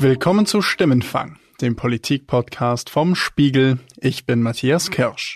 Willkommen zu Stimmenfang, dem Politik-Podcast vom Spiegel. Ich bin Matthias Kirsch.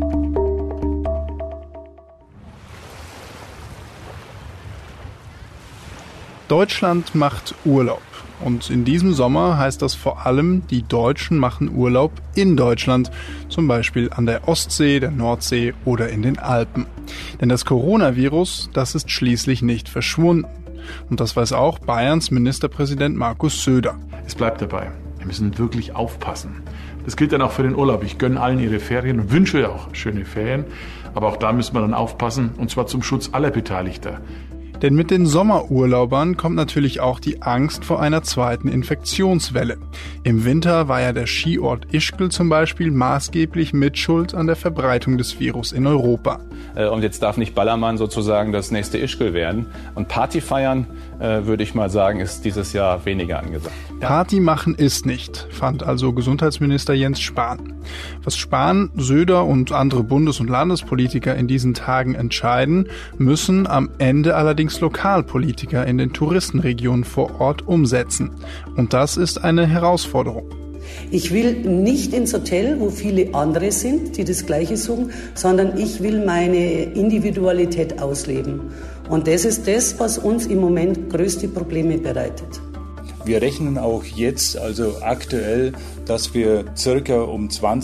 Deutschland macht Urlaub. Und in diesem Sommer heißt das vor allem, die Deutschen machen Urlaub in Deutschland, zum Beispiel an der Ostsee, der Nordsee oder in den Alpen. Denn das Coronavirus, das ist schließlich nicht verschwunden. Und das weiß auch Bayerns Ministerpräsident Markus Söder. Es bleibt dabei. Wir müssen wirklich aufpassen. Das gilt dann auch für den Urlaub. Ich gönne allen ihre Ferien und wünsche auch schöne Ferien. Aber auch da müssen wir dann aufpassen, und zwar zum Schutz aller Beteiligter. Denn mit den Sommerurlaubern kommt natürlich auch die Angst vor einer zweiten Infektionswelle. Im Winter war ja der Skiort Ischgl zum Beispiel maßgeblich mitschuld an der Verbreitung des Virus in Europa. Und jetzt darf nicht Ballermann sozusagen das nächste Ischgl werden. Und Party feiern, würde ich mal sagen, ist dieses Jahr weniger angesagt. Party machen ist nicht, fand also Gesundheitsminister Jens Spahn. Was Spahn, Söder und andere Bundes- und Landespolitiker in diesen Tagen entscheiden, müssen am Ende allerdings Lokalpolitiker in den Touristenregionen vor Ort umsetzen. Und das ist eine Herausforderung. Ich will nicht ins Hotel, wo viele andere sind, die das Gleiche suchen, sondern ich will meine Individualität ausleben. Und das ist das, was uns im Moment größte Probleme bereitet. Wir rechnen auch jetzt, also aktuell, dass wir circa um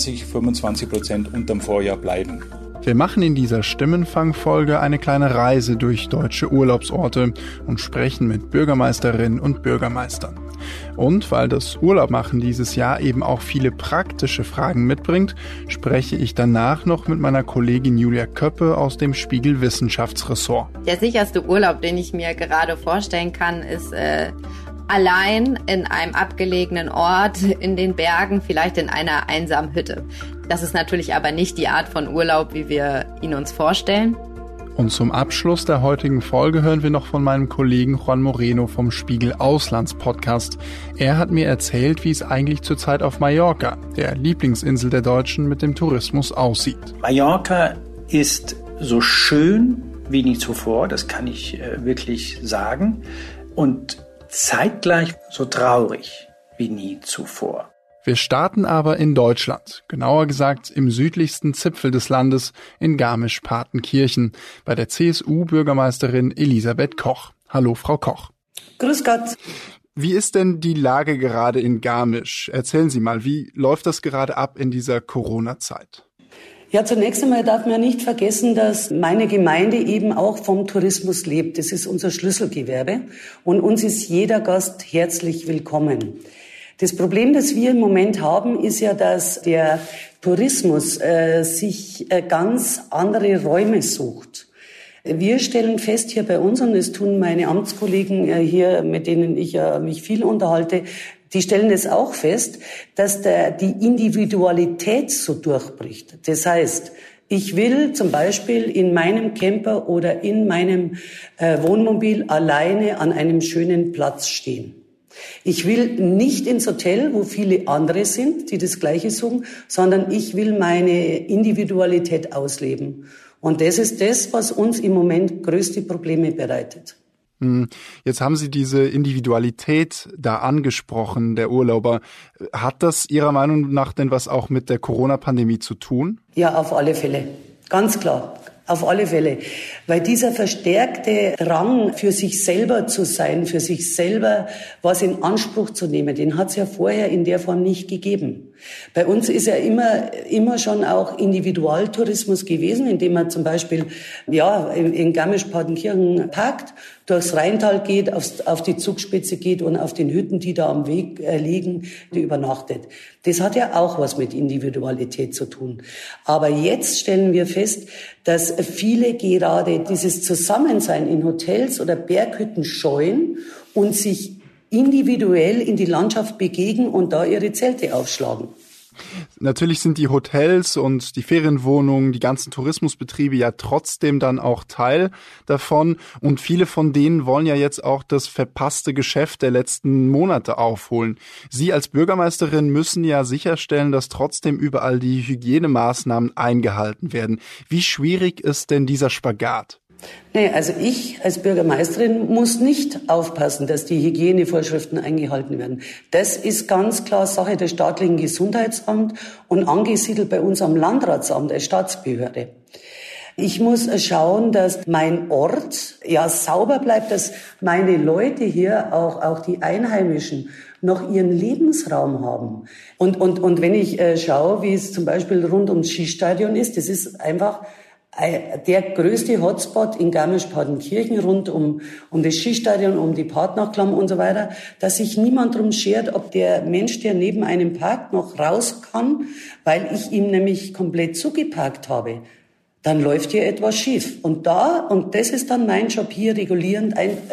20-25% unterm Vorjahr bleiben. Wir machen in dieser Stimmenfang-Folge eine kleine Reise durch deutsche Urlaubsorte und sprechen mit Bürgermeisterinnen und Bürgermeistern. Und weil das Urlaubmachen dieses Jahr eben auch viele praktische Fragen mitbringt, spreche ich danach noch mit meiner Kollegin Julia Köppe aus dem Spiegel Wissenschaftsressort. Der sicherste Urlaub, den ich mir gerade vorstellen kann, ist allein in einem abgelegenen Ort, in den Bergen, vielleicht in einer einsamen Hütte. Das ist natürlich aber nicht die Art von Urlaub, wie wir ihn uns vorstellen. Und zum Abschluss der heutigen Folge hören wir noch von meinem Kollegen Juan Moreno vom Spiegel Auslandspodcast. Er hat mir erzählt, wie es eigentlich zurzeit auf Mallorca, der Lieblingsinsel der Deutschen, mit dem Tourismus aussieht. Mallorca ist so schön wie nie zuvor, das kann ich wirklich sagen. Und zeitgleich so traurig wie nie zuvor. Wir starten aber in Deutschland, genauer gesagt im südlichsten Zipfel des Landes in Garmisch-Partenkirchen, bei der CSU-Bürgermeisterin Elisabeth Koch. Hallo, Frau Koch. Grüß Gott. Wie ist denn die Lage gerade in Garmisch? Erzählen Sie mal, wie läuft das gerade ab in dieser Corona-Zeit? Ja, zunächst einmal darf man nicht vergessen, dass meine Gemeinde eben auch vom Tourismus lebt. Das ist unser Schlüsselgewerbe und uns ist jeder Gast herzlich willkommen. Das Problem, das wir im Moment haben, ist ja, dass der Tourismus sich ganz andere Räume sucht. Wir stellen fest hier bei uns, und das tun meine Amtskollegen hier, mit denen ich mich viel unterhalte, die stellen es auch fest, dass die Individualität so durchbricht. Das heißt, ich will zum Beispiel in meinem Camper oder in meinem Wohnmobil alleine an einem schönen Platz stehen. Ich will nicht ins Hotel, wo viele andere sind, die das Gleiche suchen, sondern ich will meine Individualität ausleben. Und das ist das, was uns im Moment größte Probleme bereitet. Jetzt haben Sie diese Individualität da angesprochen, der Urlauber. Hat das Ihrer Meinung nach denn was auch mit der Corona-Pandemie zu tun? Ja, auf alle Fälle. Ganz klar. Auf alle Fälle. Weil dieser verstärkte Drang, für sich selber zu sein, für sich selber was in Anspruch zu nehmen, den hat es ja vorher in der Form nicht gegeben. Bei uns ist ja immer schon auch Individualtourismus gewesen, indem man zum Beispiel in Garmisch-Partenkirchen parkt, durchs Rheintal geht, auf die Zugspitze geht und auf den Hütten, die da am Weg liegen, die übernachtet. Das hat ja auch was mit Individualität zu tun. Aber jetzt stellen wir fest, dass viele gerade dieses Zusammensein in Hotels oder Berghütten scheuen und sich individuell in die Landschaft begegnen und da ihre Zelte aufschlagen. Natürlich sind die Hotels und die Ferienwohnungen, die ganzen Tourismusbetriebe ja trotzdem dann auch Teil davon. Und viele von denen wollen ja jetzt auch das verpasste Geschäft der letzten Monate aufholen. Sie als Bürgermeisterin müssen ja sicherstellen, dass trotzdem überall die Hygienemaßnahmen eingehalten werden. Wie schwierig ist denn dieser Spagat? Nee, also ich als Bürgermeisterin muss nicht aufpassen, dass die Hygienevorschriften eingehalten werden. Das ist ganz klar Sache des staatlichen Gesundheitsamts und angesiedelt bei uns am Landratsamt als Staatsbehörde. Ich muss schauen, dass mein Ort sauber bleibt, dass meine Leute hier, auch die Einheimischen, noch ihren Lebensraum haben. Und wenn ich schaue, wie es zum Beispiel rund ums Skistadion ist, das ist einfach der größte Hotspot in Garmisch-Partenkirchen rund um das Skistadion, um die Partnachklamm und so weiter, dass sich niemand drum schert, ob der Mensch, der neben einem parkt, noch raus kann, weil ich ihm nämlich komplett zugeparkt habe. Dann läuft hier etwas schief. Und das ist dann mein Job hier, regulierend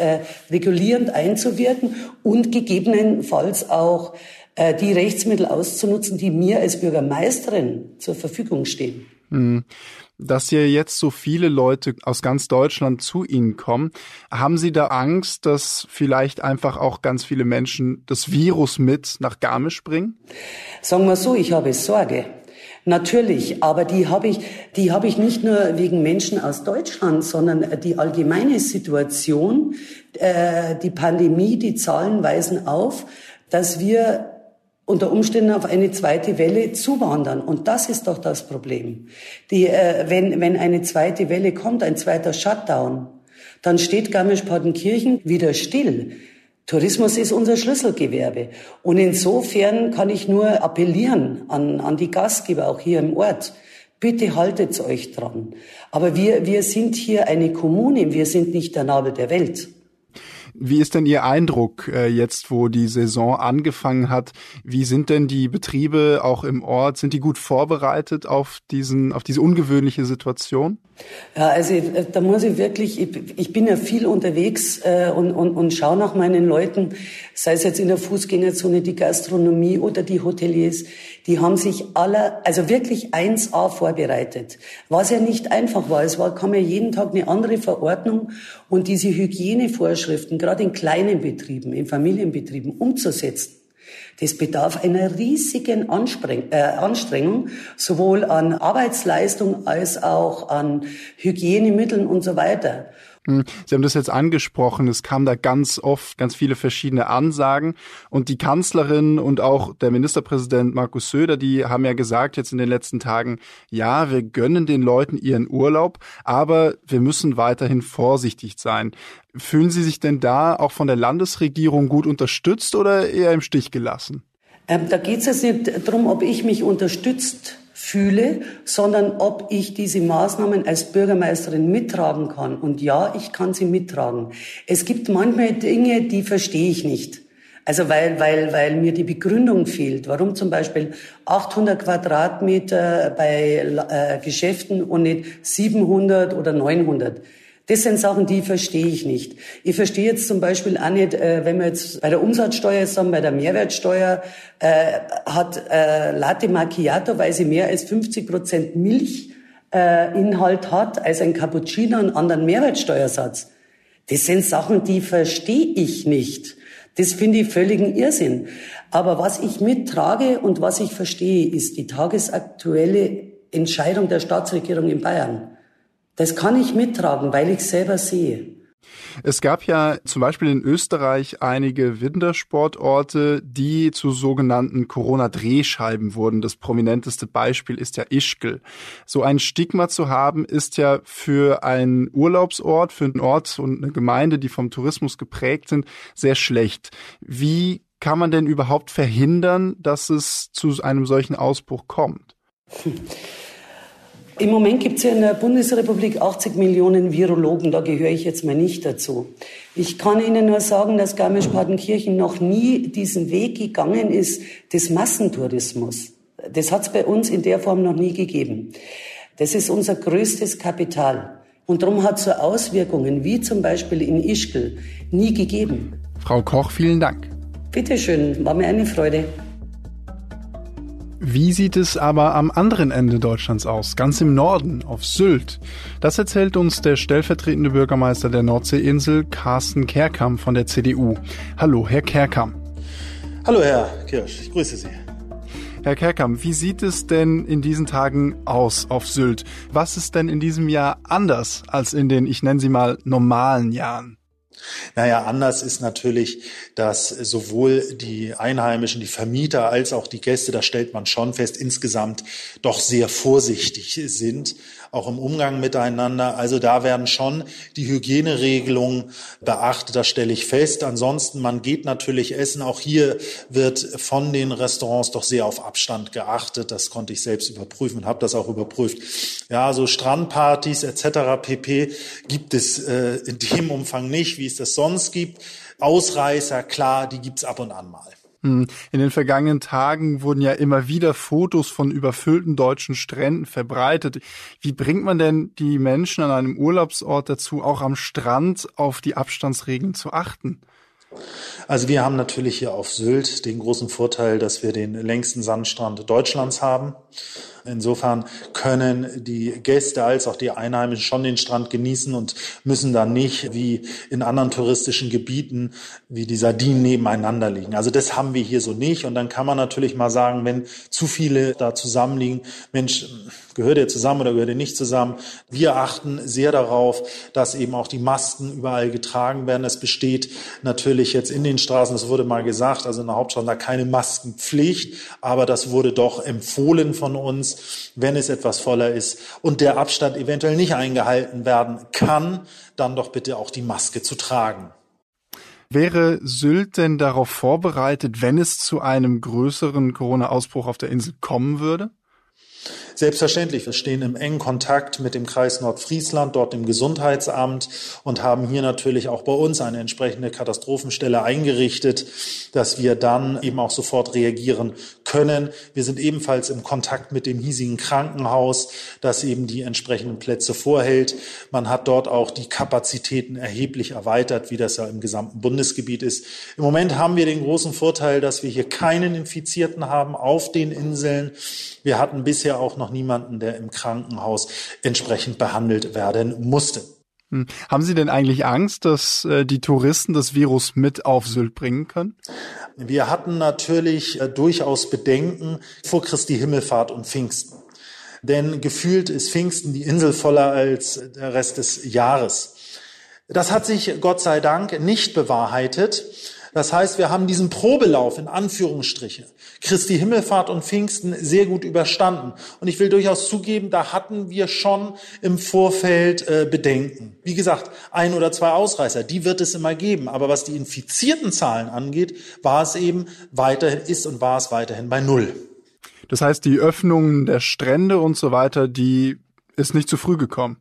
einzuwirken und gegebenenfalls auch die Rechtsmittel auszunutzen, die mir als Bürgermeisterin zur Verfügung stehen. Dass hier jetzt so viele Leute aus ganz Deutschland zu Ihnen kommen, haben Sie da Angst, dass vielleicht einfach auch ganz viele Menschen das Virus mit nach Garmisch bringen? Sagen wir so, ich habe Sorge. Natürlich, aber die habe ich nicht nur wegen Menschen aus Deutschland, sondern die allgemeine Situation, die Pandemie, die Zahlen weisen auf, dass wir unter Umständen auf eine zweite Welle zuwandern. Und das ist doch das Problem. Wenn eine zweite Welle kommt, ein zweiter Shutdown, dann steht Garmisch-Partenkirchen wieder still. Tourismus ist unser Schlüsselgewerbe. Und insofern kann ich nur appellieren an die Gastgeber, auch hier im Ort. Bitte haltet euch dran. Aber wir sind hier eine Kommune, wir sind nicht der Nabel der Welt. Wie ist denn Ihr Eindruck jetzt, wo die Saison angefangen hat? Wie sind denn die Betriebe auch im Ort? Sind die gut vorbereitet auf diese ungewöhnliche Situation? Ja, also da muss ich wirklich, ich bin ja viel unterwegs und schaue nach meinen Leuten, sei es jetzt in der Fußgängerzone, die Gastronomie oder die Hoteliers, die haben sich also wirklich 1A vorbereitet. Was ja nicht einfach war, kam ja jeden Tag eine andere Verordnung und diese Hygienevorschriften, gerade in kleinen Betrieben, in Familienbetrieben umzusetzen. Das bedarf einer riesigen Anstrengung, sowohl an Arbeitsleistung als auch an Hygienemitteln und so weiter. Sie haben das jetzt angesprochen, es kam da ganz oft ganz viele verschiedene Ansagen und die Kanzlerin und auch der Ministerpräsident Markus Söder, die haben ja gesagt jetzt in den letzten Tagen, ja, wir gönnen den Leuten ihren Urlaub, aber wir müssen weiterhin vorsichtig sein. Fühlen Sie sich denn da auch von der Landesregierung gut unterstützt oder eher im Stich gelassen? Da geht es jetzt nicht darum, ob ich mich unterstützt fühle, sondern ob ich diese Maßnahmen als Bürgermeisterin mittragen kann. Und ja, ich kann sie mittragen. Es gibt manchmal Dinge, die verstehe ich nicht. Also weil mir die Begründung fehlt. Warum zum Beispiel 800 Quadratmeter bei Geschäften und nicht 700 oder 900? Das sind Sachen, die verstehe ich nicht. Ich verstehe jetzt zum Beispiel auch nicht, wenn wir jetzt bei der Umsatzsteuer sagen, bei der Mehrwertsteuer hat Latte Macchiato, weil sie mehr als 50% Milchinhalt hat, als ein Cappuccino einen anderen Mehrwertsteuersatz. Das sind Sachen, die verstehe ich nicht. Das finde ich völligen Irrsinn. Aber was ich mittrage und was ich verstehe, ist die tagesaktuelle Entscheidung der Staatsregierung in Bayern. Das kann ich mittragen, weil ich selber sehe. Es gab ja zum Beispiel in Österreich einige Wintersportorte, die zu sogenannten Corona-Drehscheiben wurden. Das prominenteste Beispiel ist ja Ischgl. So ein Stigma zu haben, ist ja für einen Urlaubsort, für einen Ort und eine Gemeinde, die vom Tourismus geprägt sind, sehr schlecht. Wie kann man denn überhaupt verhindern, dass es zu einem solchen Ausbruch kommt? Im Moment gibt es ja in der Bundesrepublik 80 Millionen Virologen, da gehöre ich jetzt mal nicht dazu. Ich kann Ihnen nur sagen, dass Garmisch-Partenkirchen noch nie diesen Weg gegangen ist des Massentourismus. Das hat es bei uns in der Form noch nie gegeben. Das ist unser größtes Kapital. Und darum hat es so Auswirkungen wie zum Beispiel in Ischgl nie gegeben. Frau Koch, vielen Dank. Bitte schön, war mir eine Freude. Wie sieht es aber am anderen Ende Deutschlands aus, ganz im Norden, auf Sylt? Das erzählt uns der stellvertretende Bürgermeister der Nordseeinsel, Carsten Kerkam von der CDU. Hallo, Herr Kerkam. Hallo, Herr Kirsch, ich grüße Sie. Herr Kerkamp, wie sieht es denn in diesen Tagen aus auf Sylt? Was ist denn in diesem Jahr anders als in den, ich nenne sie mal, normalen Jahren? Naja, anders ist natürlich, dass sowohl die Einheimischen, die Vermieter als auch die Gäste, da stellt man schon fest, insgesamt doch sehr vorsichtig sind, auch im Umgang miteinander. Also da werden schon die Hygieneregelungen beachtet, das stelle ich fest. Ansonsten, man geht natürlich essen. Auch hier wird von den Restaurants doch sehr auf Abstand geachtet. Das konnte ich selbst überprüfen und habe das auch überprüft. Ja, so Strandpartys etc. pp. gibt es in dem Umfang nicht, wie es das sonst gibt. Ausreißer, klar, die gibt's ab und an mal. In den vergangenen Tagen wurden ja immer wieder Fotos von überfüllten deutschen Stränden verbreitet. Wie bringt man denn die Menschen an einem Urlaubsort dazu, auch am Strand auf die Abstandsregeln zu achten? Also wir haben natürlich hier auf Sylt den großen Vorteil, dass wir den längsten Sandstrand Deutschlands haben. Insofern können die Gäste als auch die Einheimischen schon den Strand genießen und müssen dann nicht wie in anderen touristischen Gebieten wie die Sardinen nebeneinander liegen. Also das haben wir hier so nicht. Und dann kann man natürlich mal sagen, wenn zu viele da zusammenliegen, Mensch, gehört ihr zusammen oder gehört ihr nicht zusammen? Wir achten sehr darauf, dass eben auch die Masken überall getragen werden. Es besteht natürlich jetzt in den Straßen, das wurde mal gesagt, also in der Hauptstadt da keine Maskenpflicht, aber das wurde doch empfohlen von uns, wenn es etwas voller ist und der Abstand eventuell nicht eingehalten werden kann, dann doch bitte auch die Maske zu tragen. Wäre Sylt denn darauf vorbereitet, wenn es zu einem größeren Corona-Ausbruch auf der Insel kommen würde? Selbstverständlich, wir stehen im engen Kontakt mit dem Kreis Nordfriesland, dort dem Gesundheitsamt und haben hier natürlich auch bei uns eine entsprechende Katastrophenstelle eingerichtet, dass wir dann eben auch sofort reagieren können. Wir sind ebenfalls im Kontakt mit dem hiesigen Krankenhaus, das eben die entsprechenden Plätze vorhält. Man hat dort auch die Kapazitäten erheblich erweitert, wie das ja im gesamten Bundesgebiet ist. Im Moment haben wir den großen Vorteil, dass wir hier keinen Infizierten haben auf den Inseln. Wir hatten bisher auch noch niemanden, der im Krankenhaus entsprechend behandelt werden musste. Haben Sie denn eigentlich Angst, dass die Touristen das Virus mit auf Sylt bringen können? Wir hatten natürlich durchaus Bedenken vor Christi Himmelfahrt und Pfingsten. Denn gefühlt ist Pfingsten die Insel voller als der Rest des Jahres. Das hat sich Gott sei Dank nicht bewahrheitet. Das heißt, wir haben diesen Probelauf in Anführungsstriche, Christi Himmelfahrt und Pfingsten, sehr gut überstanden. Und ich will durchaus zugeben, da hatten wir schon im Vorfeld Bedenken. Wie gesagt, 1 oder 2 Ausreißer, die wird es immer geben. Aber was die infizierten Zahlen angeht, war es weiterhin bei 0. Das heißt, die Öffnung der Strände und so weiter, die ist nicht zu früh gekommen.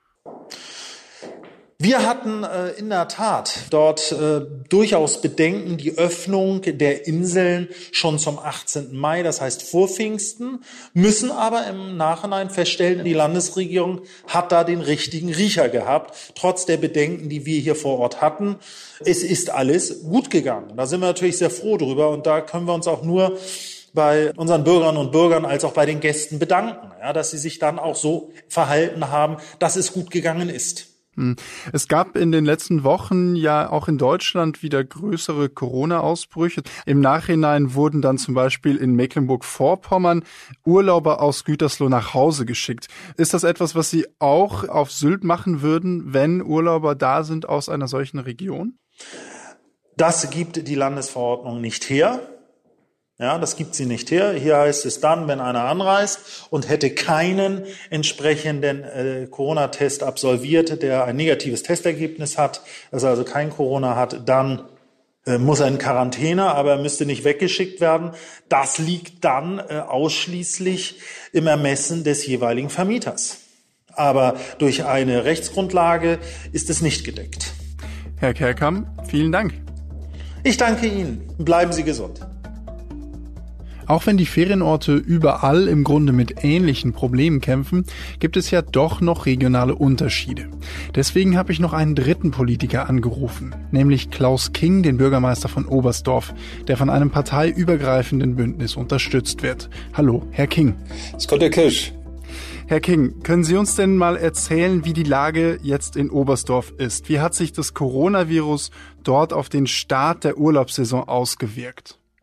Wir hatten in der Tat dort durchaus Bedenken, die Öffnung der Inseln schon zum 18. Mai, das heißt vor Pfingsten, müssen aber im Nachhinein feststellen, die Landesregierung hat da den richtigen Riecher gehabt, trotz der Bedenken, die wir hier vor Ort hatten. Es ist alles gut gegangen. Da sind wir natürlich sehr froh drüber und da können wir uns auch nur bei unseren Bürgerinnen und Bürgern als auch bei den Gästen bedanken, ja, dass sie sich dann auch so verhalten haben, dass es gut gegangen ist. Es gab in den letzten Wochen ja auch in Deutschland wieder größere Corona-Ausbrüche. Im Nachhinein wurden dann zum Beispiel in Mecklenburg-Vorpommern Urlauber aus Gütersloh nach Hause geschickt. Ist das etwas, was Sie auch auf Sylt machen würden, wenn Urlauber da sind aus einer solchen Region? Das gibt die Landesverordnung nicht her. Ja, das gibt sie nicht her. Hier heißt es dann, wenn einer anreist und hätte keinen entsprechenden Corona-Test absolviert, der ein negatives Testergebnis hat, dass er also kein Corona hat, dann muss er in Quarantäne, aber er müsste nicht weggeschickt werden. Das liegt dann ausschließlich im Ermessen des jeweiligen Vermieters. Aber durch eine Rechtsgrundlage ist es nicht gedeckt. Herr Kerkamp, vielen Dank. Ich danke Ihnen. Bleiben Sie gesund. Auch wenn die Ferienorte überall im Grunde mit ähnlichen Problemen kämpfen, gibt es ja doch noch regionale Unterschiede. Deswegen habe ich noch einen dritten Politiker angerufen, nämlich Klaus King, den Bürgermeister von Oberstdorf, der von einem parteiübergreifenden Bündnis unterstützt wird. Hallo, Herr King. Scott der Kirsch. Herr King, können Sie uns denn mal erzählen, wie die Lage jetzt in Oberstdorf ist? Wie hat sich das Coronavirus dort auf den Start der Urlaubssaison ausgewirkt?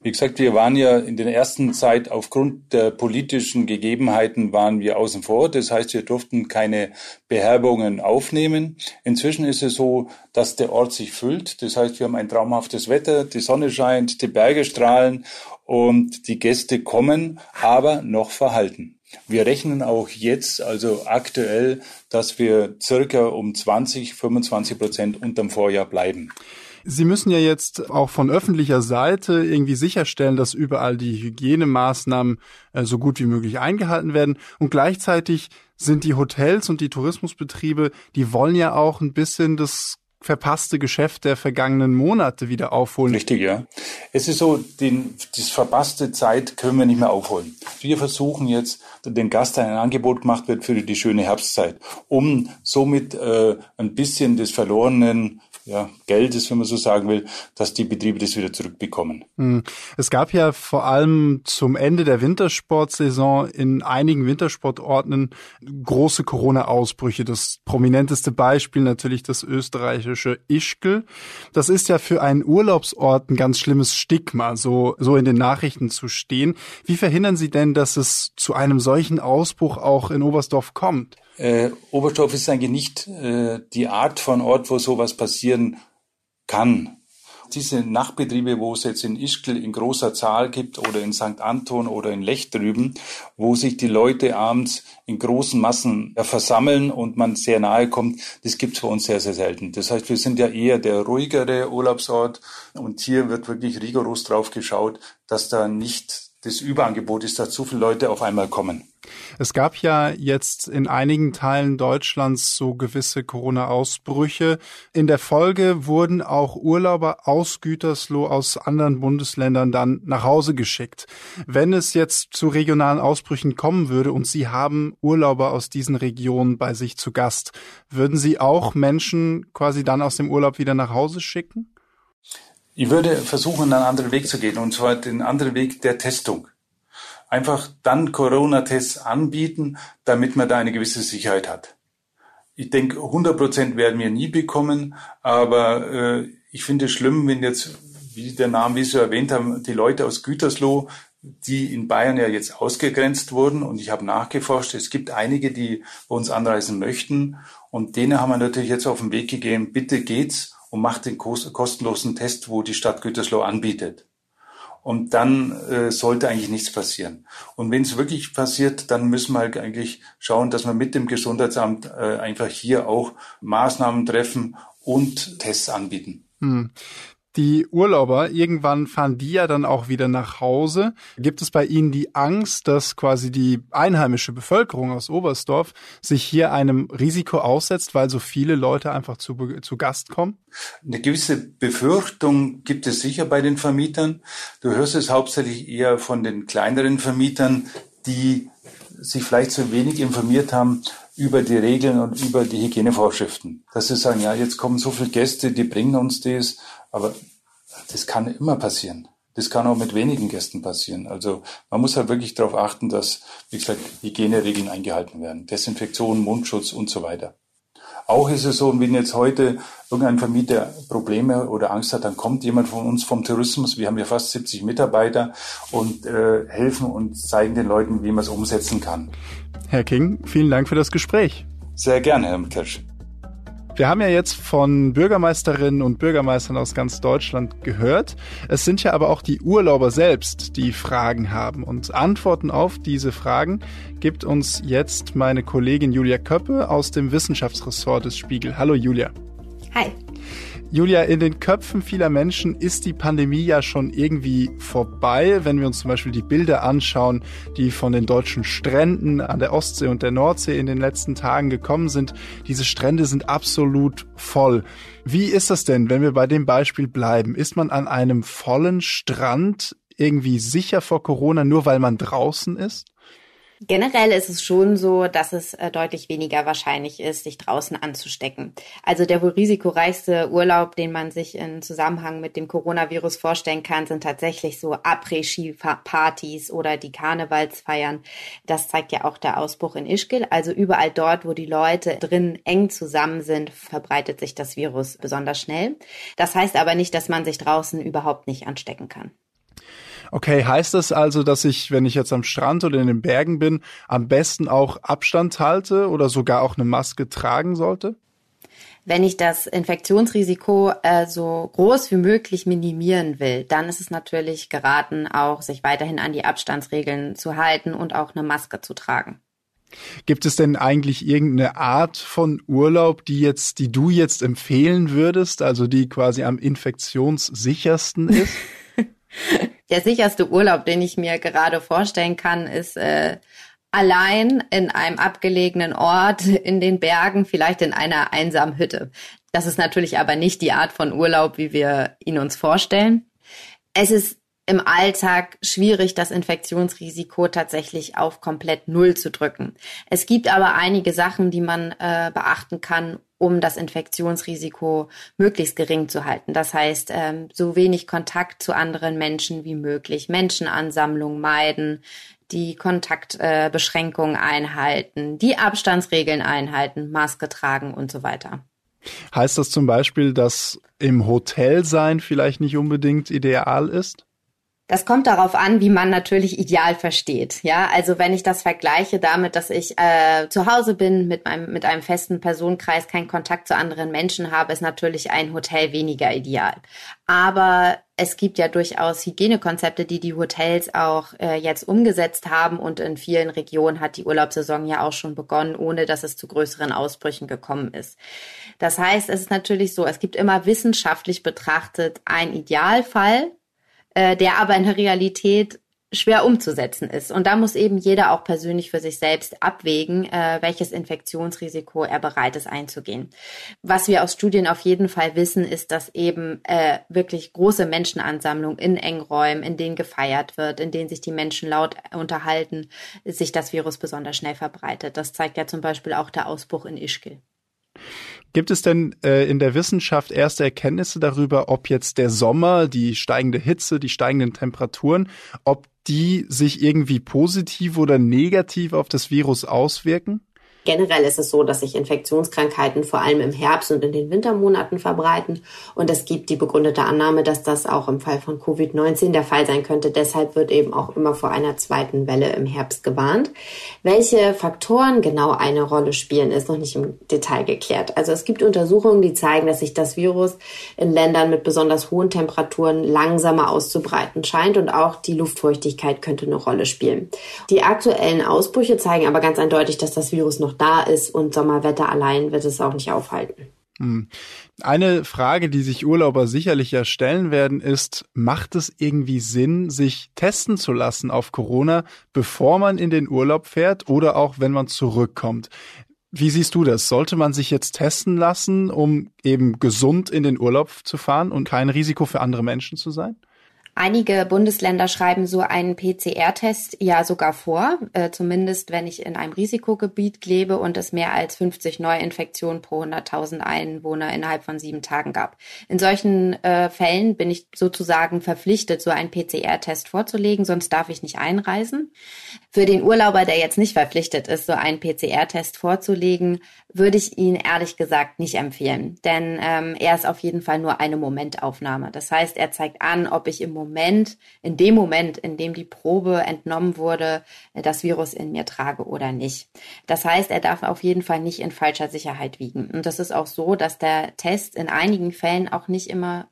Wie gesagt, wir waren ja in der ersten Zeit aufgrund der politischen Gegebenheiten waren wir außen vor. Das heißt, wir durften keine Beherbergungen aufnehmen. Inzwischen ist es so, dass der Ort sich füllt. Das heißt, wir haben ein traumhaftes Wetter, die Sonne scheint, die Berge strahlen und die Gäste kommen, aber noch verhalten. Wir rechnen auch jetzt, also aktuell, dass wir circa um 20-25% unterm Vorjahr bleiben. Sie müssen ja jetzt auch von öffentlicher Seite irgendwie sicherstellen, dass überall die Hygienemaßnahmen so gut wie möglich eingehalten werden. Und gleichzeitig sind die Hotels und die Tourismusbetriebe, die wollen ja auch ein bisschen das verpasste Geschäft der vergangenen Monate wieder aufholen. Richtig, ja. Es ist so, die verpasste Zeit können wir nicht mehr aufholen. Wir versuchen jetzt, dem Gast ein Angebot gemacht wird für die schöne Herbstzeit, um somit ein bisschen des verlorenen Geldes, wenn man so sagen will, dass die Betriebe das wieder zurückbekommen. Es gab ja vor allem zum Ende der Wintersportsaison in einigen Wintersportorten große Corona-Ausbrüche. Das prominenteste Beispiel natürlich das österreichische Ischgl. Das ist ja für einen Urlaubsort ein ganz schlimmes Stigma, so in den Nachrichten zu stehen. Wie verhindern Sie denn, dass es zu einem solchen Ausbruch auch in Oberstdorf kommt? Oberstdorf ist eigentlich nicht die Art von Ort, wo sowas passieren kann. Diese Nachtbetriebe, wo es jetzt in Ischgl in großer Zahl gibt oder in St. Anton oder in Lech drüben, wo sich die Leute abends in großen Massen versammeln und man sehr nahe kommt, das gibt's bei uns sehr, sehr selten. Das heißt, wir sind ja eher der ruhigere Urlaubsort und hier wird wirklich rigoros drauf geschaut, dass da nicht das Überangebot ist, dass zu viele Leute auf einmal kommen. Es gab ja jetzt in einigen Teilen Deutschlands so gewisse Corona-Ausbrüche. In der Folge wurden auch Urlauber aus Gütersloh, aus anderen Bundesländern dann nach Hause geschickt. Wenn es jetzt zu regionalen Ausbrüchen kommen würde und Sie haben Urlauber aus diesen Regionen bei sich zu Gast, würden Sie auch Menschen quasi dann aus dem Urlaub wieder nach Hause schicken? Ich würde versuchen, einen anderen Weg zu gehen, und zwar den anderen Weg der Testung. Einfach dann Corona-Tests anbieten, damit man da eine gewisse Sicherheit hat. Ich denke, 100% werden wir nie bekommen, aber ich finde es schlimm, wenn jetzt, wie der Name, wie Sie erwähnt haben, die Leute aus Gütersloh, die in Bayern ja jetzt ausgegrenzt wurden, und ich habe nachgeforscht, es gibt einige, die bei uns anreisen möchten, und denen haben wir natürlich jetzt auf den Weg gegeben, bitte geht's und macht den kostenlosen Test, wo die Stadt Gütersloh anbietet. Und dann sollte eigentlich nichts passieren. Und wenn es wirklich passiert, dann müssen wir halt eigentlich schauen, dass wir mit dem Gesundheitsamt einfach hier auch Maßnahmen treffen und Tests anbieten. Die Urlauber, irgendwann fahren die ja dann auch wieder nach Hause. Gibt es bei Ihnen die Angst, dass quasi die einheimische Bevölkerung aus Oberstdorf sich hier einem Risiko aussetzt, weil so viele Leute einfach zu Gast kommen? Eine gewisse Befürchtung gibt es sicher bei den Vermietern. Du hörst es hauptsächlich eher von den kleineren Vermietern, die sich vielleicht so wenig informiert haben über die Regeln und über die Hygienevorschriften. Dass sie sagen, ja, jetzt kommen so viele Gäste, die bringen uns das. Aber das kann immer passieren. Das kann auch mit wenigen Gästen passieren. Also man muss halt wirklich darauf achten, dass, wie gesagt, Hygieneregeln eingehalten werden. Desinfektion, Mundschutz und so weiter. Auch ist es so, wenn jetzt heute irgendein Vermieter Probleme oder Angst hat, dann kommt jemand von uns vom Tourismus. Wir haben ja fast 70 Mitarbeiter und helfen und zeigen den Leuten, wie man es umsetzen kann. Herr King, vielen Dank für das Gespräch. Sehr gerne, Herr Kirsch. Wir haben ja jetzt von Bürgermeisterinnen und Bürgermeistern aus ganz Deutschland gehört. Es sind ja aber auch die Urlauber selbst, die Fragen haben. Und Antworten auf diese Fragen gibt uns jetzt meine Kollegin Julia Köppe aus dem Wissenschaftsressort des Spiegel. Hallo Julia. Hi. Julia, in den Köpfen vieler Menschen ist die Pandemie ja schon irgendwie vorbei. Wenn wir uns zum Beispiel die Bilder anschauen, die von den deutschen Stränden an der Ostsee und der Nordsee in den letzten Tagen gekommen sind, diese Strände sind absolut voll. Wie ist das denn, wenn wir bei dem Beispiel bleiben? Ist man an einem vollen Strand irgendwie sicher vor Corona, nur weil man draußen ist? Generell ist es schon so, dass es deutlich weniger wahrscheinlich ist, sich draußen anzustecken. Also der wohl risikoreichste Urlaub, den man sich in Zusammenhang mit dem Coronavirus vorstellen kann, sind tatsächlich so Après-Ski-Partys oder die Karnevalsfeiern. Das zeigt ja auch der Ausbruch in Ischgl. Also überall dort, wo die Leute drin eng zusammen sind, verbreitet sich das Virus besonders schnell. Das heißt aber nicht, dass man sich draußen überhaupt nicht anstecken kann. Okay, heißt das also, dass ich, wenn ich jetzt am Strand oder in den Bergen bin, am besten auch Abstand halte oder sogar auch eine Maske tragen sollte? Wenn ich das Infektionsrisiko so groß wie möglich minimieren will, dann ist es natürlich geraten, auch sich weiterhin an die Abstandsregeln zu halten und auch eine Maske zu tragen. Gibt es denn eigentlich irgendeine Art von Urlaub, die du jetzt empfehlen würdest, also die quasi am infektionssichersten ist? Der sicherste Urlaub, den ich mir gerade vorstellen kann, ist allein in einem abgelegenen Ort in den Bergen, vielleicht in einer einsamen Hütte. Das ist natürlich aber nicht die Art von Urlaub, wie wir ihn uns vorstellen. Es ist im Alltag schwierig, das Infektionsrisiko tatsächlich auf komplett Null zu drücken. Es gibt aber einige Sachen, die man beachten kann, um das Infektionsrisiko möglichst gering zu halten. Das heißt, so wenig Kontakt zu anderen Menschen wie möglich, Menschenansammlungen meiden, die Kontaktbeschränkungen einhalten, die Abstandsregeln einhalten, Maske tragen und so weiter. Heißt das zum Beispiel, dass im Hotel sein vielleicht nicht unbedingt ideal ist? Das kommt darauf an, wie man natürlich ideal versteht. Ja, also wenn ich das vergleiche damit, dass ich zu Hause bin, mit einem festen Personenkreis, keinen Kontakt zu anderen Menschen habe, ist natürlich ein Hotel weniger ideal. Aber es gibt ja durchaus Hygienekonzepte, die Hotels auch jetzt umgesetzt haben, und in vielen Regionen hat die Urlaubssaison ja auch schon begonnen, ohne dass es zu größeren Ausbrüchen gekommen ist. Das heißt, es ist natürlich so, es gibt immer wissenschaftlich betrachtet einen Idealfall, der aber in der Realität schwer umzusetzen ist. Und da muss eben jeder auch persönlich für sich selbst abwägen, welches Infektionsrisiko er bereit ist einzugehen. Was wir aus Studien auf jeden Fall wissen, ist, dass eben wirklich große Menschenansammlungen in engen Räumen, in denen gefeiert wird, in denen sich die Menschen laut unterhalten, sich das Virus besonders schnell verbreitet. Das zeigt ja zum Beispiel auch der Ausbruch in Ischgl. Gibt es denn in der Wissenschaft erste Erkenntnisse darüber, ob jetzt der Sommer, die steigende Hitze, die steigenden Temperaturen, ob die sich irgendwie positiv oder negativ auf das Virus auswirken? Generell ist es so, dass sich Infektionskrankheiten vor allem im Herbst und in den Wintermonaten verbreiten. Und es gibt die begründete Annahme, dass das auch im Fall von Covid-19 der Fall sein könnte. Deshalb wird eben auch immer vor einer zweiten Welle im Herbst gewarnt. Welche Faktoren genau eine Rolle spielen, ist noch nicht im Detail geklärt. Also es gibt Untersuchungen, die zeigen, dass sich das Virus in Ländern mit besonders hohen Temperaturen langsamer auszubreiten scheint, und auch die Luftfeuchtigkeit könnte eine Rolle spielen. Die aktuellen Ausbrüche zeigen aber ganz eindeutig, dass das Virus noch da ist, und Sommerwetter allein wird es auch nicht aufhalten. Eine Frage, die sich Urlauber sicherlich ja stellen werden, ist, macht es irgendwie Sinn, sich testen zu lassen auf Corona, bevor man in den Urlaub fährt oder auch wenn man zurückkommt? Wie siehst du das? Sollte man sich jetzt testen lassen, um eben gesund in den Urlaub zu fahren und kein Risiko für andere Menschen zu sein? Einige Bundesländer schreiben so einen PCR-Test ja sogar vor, zumindest wenn ich in einem Risikogebiet lebe und es mehr als 50 Neuinfektionen pro 100.000 Einwohner innerhalb von 7 Tagen gab. In solchen Fällen bin ich sozusagen verpflichtet, so einen PCR-Test vorzulegen, sonst darf ich nicht einreisen. Für den Urlauber, der jetzt nicht verpflichtet ist, so einen PCR-Test vorzulegen, würde ich ihn ehrlich gesagt nicht empfehlen, denn er ist auf jeden Fall nur eine Momentaufnahme. Das heißt, er zeigt an, ob ich in dem Moment, in dem die Probe entnommen wurde, das Virus in mir trage oder nicht. Das heißt, er darf auf jeden Fall nicht in falscher Sicherheit wiegen. Und das ist auch so, dass der Test in einigen Fällen auch nicht immer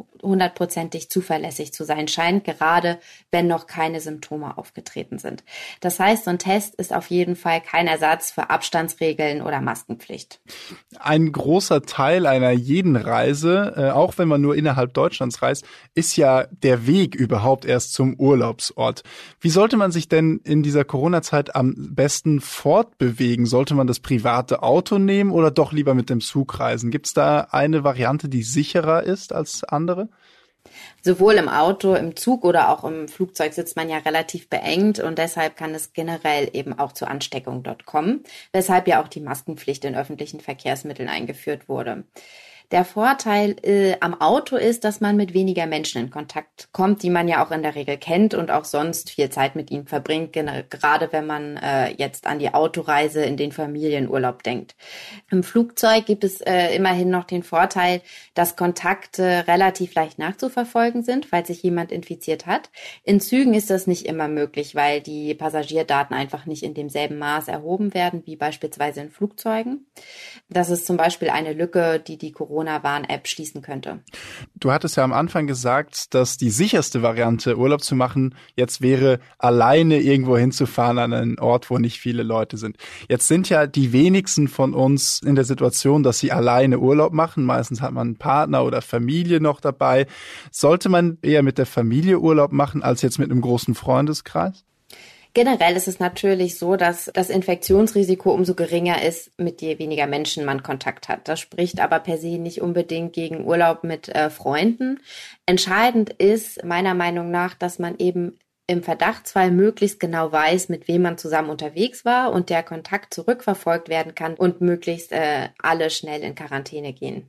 100%ig zuverlässig zu sein scheint, gerade wenn noch keine Symptome aufgetreten sind. Das heißt, so ein Test ist auf jeden Fall kein Ersatz für Abstandsregeln oder Maskenpflicht. Ein großer Teil einer jeden Reise, auch wenn man nur innerhalb Deutschlands reist, ist ja der Weg überhaupt erst zum Urlaubsort. Wie sollte man sich denn in dieser Corona-Zeit am besten fortbewegen? Sollte man das private Auto nehmen oder doch lieber mit dem Zug reisen? Gibt es da eine Variante, die sicherer ist als andere? Sowohl im Auto, im Zug oder auch im Flugzeug sitzt man ja relativ beengt, und deshalb kann es generell eben auch zur Ansteckung dort kommen, weshalb ja auch die Maskenpflicht in öffentlichen Verkehrsmitteln eingeführt wurde. Der Vorteil am Auto ist, dass man mit weniger Menschen in Kontakt kommt, die man ja auch in der Regel kennt und auch sonst viel Zeit mit ihnen verbringt, gerade wenn man jetzt an die Autoreise in den Familienurlaub denkt. Im Flugzeug gibt es immerhin noch den Vorteil, dass Kontakte relativ leicht nachzuverfolgen sind, falls sich jemand infiziert hat. In Zügen ist das nicht immer möglich, weil die Passagierdaten einfach nicht in demselben Maß erhoben werden, wie beispielsweise in Flugzeugen. Das ist zum Beispiel eine Lücke, die Corona-Warn-App schließen könnte. Du hattest ja am Anfang gesagt, dass die sicherste Variante, Urlaub zu machen, jetzt wäre, alleine irgendwo hinzufahren an einen Ort, wo nicht viele Leute sind. Jetzt sind ja die wenigsten von uns in der Situation, dass sie alleine Urlaub machen. Meistens hat man einen Partner oder Familie noch dabei. Sollte man eher mit der Familie Urlaub machen, als jetzt mit einem großen Freundeskreis? Generell ist es natürlich so, dass das Infektionsrisiko umso geringer ist, mit je weniger Menschen man Kontakt hat. Das spricht aber per se nicht unbedingt gegen Urlaub mit Freunden. Entscheidend ist meiner Meinung nach, dass man eben im Verdachtsfall möglichst genau weiß, mit wem man zusammen unterwegs war und der Kontakt zurückverfolgt werden kann und möglichst alle schnell in Quarantäne gehen.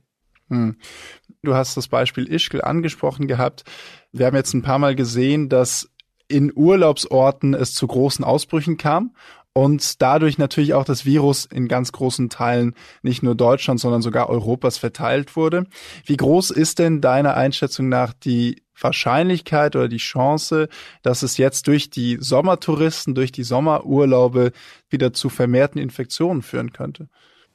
Du hast das Beispiel Ischgl angesprochen gehabt. Wir haben jetzt ein paar Mal gesehen, dass in Urlaubsorten es zu großen Ausbrüchen kam und dadurch natürlich auch das Virus in ganz großen Teilen nicht nur Deutschlands, sondern sogar Europas verteilt wurde. Wie groß ist denn deiner Einschätzung nach die Wahrscheinlichkeit oder die Chance, dass es jetzt durch die Sommertouristen, durch die Sommerurlaube wieder zu vermehrten Infektionen führen könnte?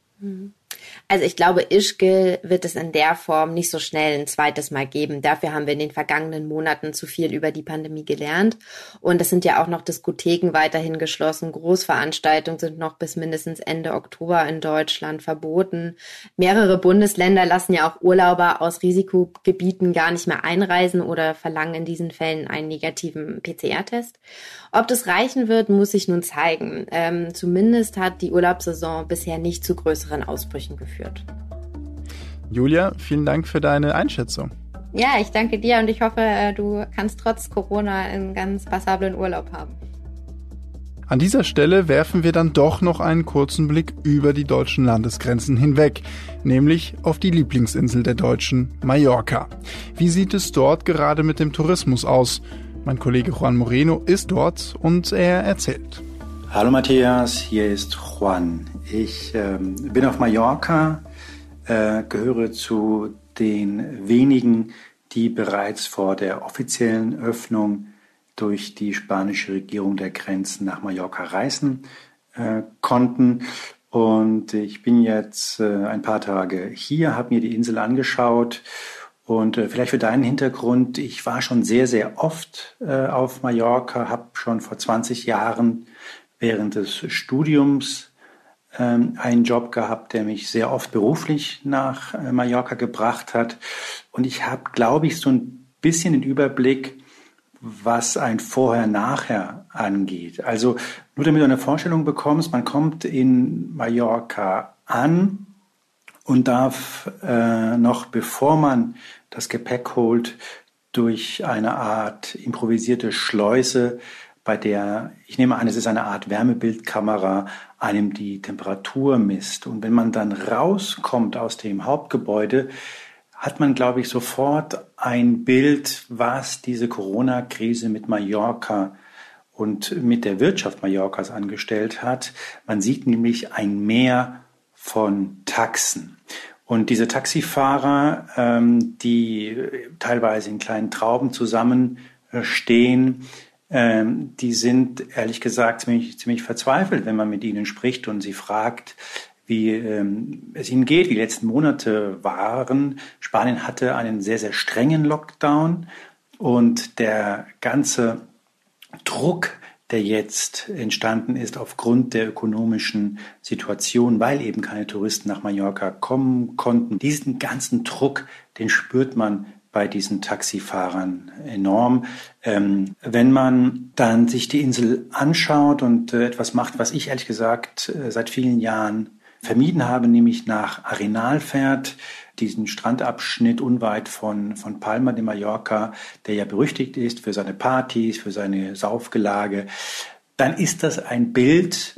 Also ich glaube, Ischgl wird es in der Form nicht so schnell ein zweites Mal geben. Dafür haben wir in den vergangenen Monaten zu viel über die Pandemie gelernt. Und es sind ja auch noch Diskotheken weiterhin geschlossen. Großveranstaltungen sind noch bis mindestens Ende Oktober in Deutschland verboten. Mehrere Bundesländer lassen ja auch Urlauber aus Risikogebieten gar nicht mehr einreisen oder verlangen in diesen Fällen einen negativen PCR-Test. Ob das reichen wird, muss sich nun zeigen. Zumindest hat die Urlaubssaison bisher nicht zu größeren Ausbrüchen geführt. Julia, vielen Dank für deine Einschätzung. Ja, ich danke dir und ich hoffe, du kannst trotz Corona einen ganz passablen Urlaub haben. An dieser Stelle werfen wir dann doch noch einen kurzen Blick über die deutschen Landesgrenzen hinweg, nämlich auf die Lieblingsinsel der Deutschen, Mallorca. Wie sieht es dort gerade mit dem Tourismus aus? Mein Kollege Juan Moreno ist dort und er erzählt. Hallo Matthias, hier ist Juan. Ich bin auf Mallorca, gehöre zu den wenigen, die bereits vor der offiziellen Öffnung durch die spanische Regierung der Grenzen nach Mallorca reisen konnten. Und ich bin jetzt ein paar Tage hier, habe mir die Insel angeschaut. Und vielleicht für deinen Hintergrund, ich war schon sehr, sehr oft auf Mallorca, habe schon vor 20 Jahren während des Studiums einen Job gehabt, der mich sehr oft beruflich nach Mallorca gebracht hat. Und ich habe, glaube ich, so ein bisschen den Überblick, was ein Vorher-Nachher angeht. Also nur damit du eine Vorstellung bekommst, man kommt in Mallorca an und darf noch, bevor man das Gepäck holt, durch eine Art improvisierte Schleuse, bei der, ich nehme an, es ist eine Art Wärmebildkamera, einem die Temperatur misst. Und wenn man dann rauskommt aus dem Hauptgebäude, hat man, glaube ich, sofort ein Bild, was diese Corona-Krise mit Mallorca und mit der Wirtschaft Mallorcas angestellt hat. Man sieht nämlich ein Meer von Taxen. Und diese Taxifahrer, die teilweise in kleinen Trauben zusammenstehen, die sind ehrlich gesagt ziemlich verzweifelt, wenn man mit ihnen spricht und sie fragt, wie es ihnen geht, wie die letzten Monate waren. Spanien hatte einen sehr, sehr strengen Lockdown und der ganze Druck, der jetzt entstanden ist aufgrund der ökonomischen Situation, weil eben keine Touristen nach Mallorca kommen konnten. Diesen ganzen Druck, den spürt man bei diesen Taxifahrern enorm. Wenn man dann sich die Insel anschaut und etwas macht, was ich ehrlich gesagt seit vielen Jahren vermieden habe, nämlich nach Arenal fährt, diesen Strandabschnitt unweit von Palma de Mallorca, der ja berüchtigt ist für seine Partys, für seine Saufgelage, dann ist das ein Bild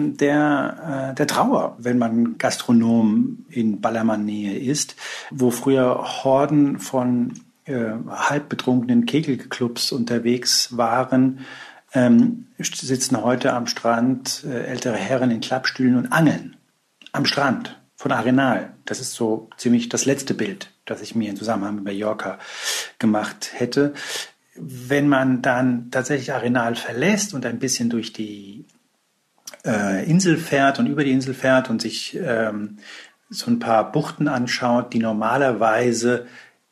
der Trauer, wenn man Gastronom in Ballermann-Nähe ist, wo früher Horden von halb betrunkenen Kegelclubs unterwegs waren, sitzen heute am Strand ältere Herren in Klappstühlen und angeln. Am Strand von Arenal. Das ist so ziemlich das letzte Bild, das ich mir im Zusammenhang mit Mallorca gemacht hätte. Wenn man dann tatsächlich Arenal verlässt und ein bisschen durch die Insel fährt und über die Insel fährt und sich so ein paar Buchten anschaut, die normalerweise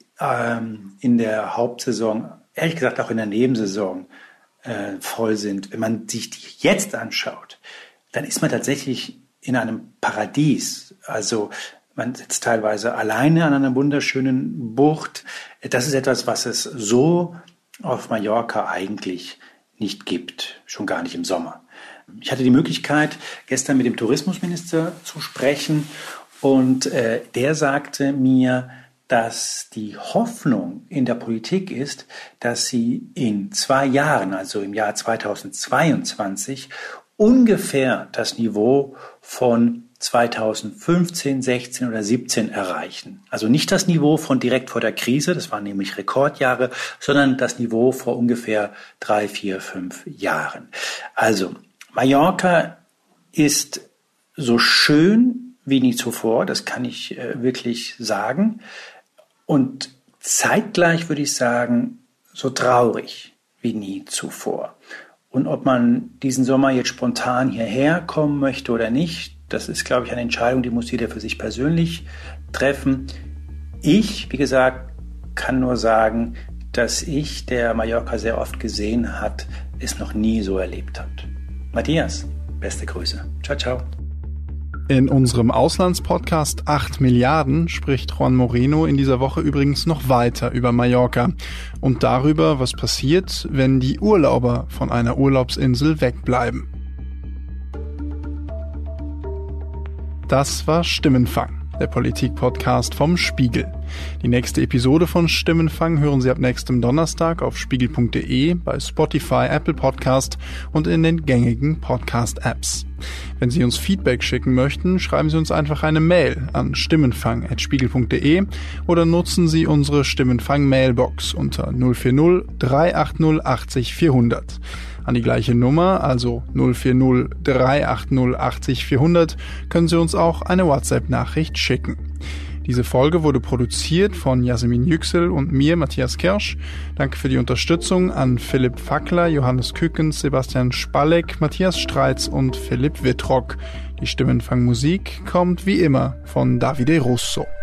in der Hauptsaison, ehrlich gesagt auch in der Nebensaison voll sind. Wenn man sich die jetzt anschaut, dann ist man tatsächlich in einem Paradies. Also man sitzt teilweise alleine an einer wunderschönen Bucht. Das ist etwas, was es so auf Mallorca eigentlich nicht gibt, schon gar nicht im Sommer. Ich hatte die Möglichkeit, gestern mit dem Tourismusminister zu sprechen und der sagte mir, dass die Hoffnung in der Politik ist, dass sie in 2 Jahren, also im Jahr 2022, ungefähr das Niveau von 2015, 16 oder 17 erreichen. Also nicht das Niveau von direkt vor der Krise, das waren nämlich Rekordjahre, sondern das Niveau vor ungefähr 3, 4, 5 Jahren. Also Mallorca ist so schön wie nie zuvor, das kann ich wirklich sagen. Und zeitgleich würde ich sagen, so traurig wie nie zuvor. Und ob man diesen Sommer jetzt spontan hierher kommen möchte oder nicht, das ist, glaube ich, eine Entscheidung, die muss jeder für sich persönlich treffen. Ich, wie gesagt, kann nur sagen, dass ich, der Mallorca sehr oft gesehen hat, es noch nie so erlebt hat. Matthias, beste Grüße. Ciao, ciao. In unserem Auslandspodcast 8 Milliarden spricht Juan Moreno in dieser Woche übrigens noch weiter über Mallorca und darüber, was passiert, wenn die Urlauber von einer Urlaubsinsel wegbleiben. Das war Stimmenfang, der Politik-Podcast vom Spiegel. Die nächste Episode von Stimmenfang hören Sie ab nächstem Donnerstag auf spiegel.de, bei Spotify, Apple Podcast und in den gängigen Podcast-Apps. Wenn Sie uns Feedback schicken möchten, schreiben Sie uns einfach eine Mail an stimmenfang@spiegel.de oder nutzen Sie unsere Stimmenfang-Mailbox unter 040 380 80 400. An die gleiche Nummer, also 040 380 80 400, können Sie uns auch eine WhatsApp-Nachricht schicken. Diese Folge wurde produziert von Yasemin Yüksel und mir, Matthias Kirsch. Danke für die Unterstützung an Philipp Fackler, Johannes Kükens, Sebastian Spalleck, Matthias Streitz und Philipp Wittrock. Die Stimmenfang-Musik kommt wie immer von Davide Russo.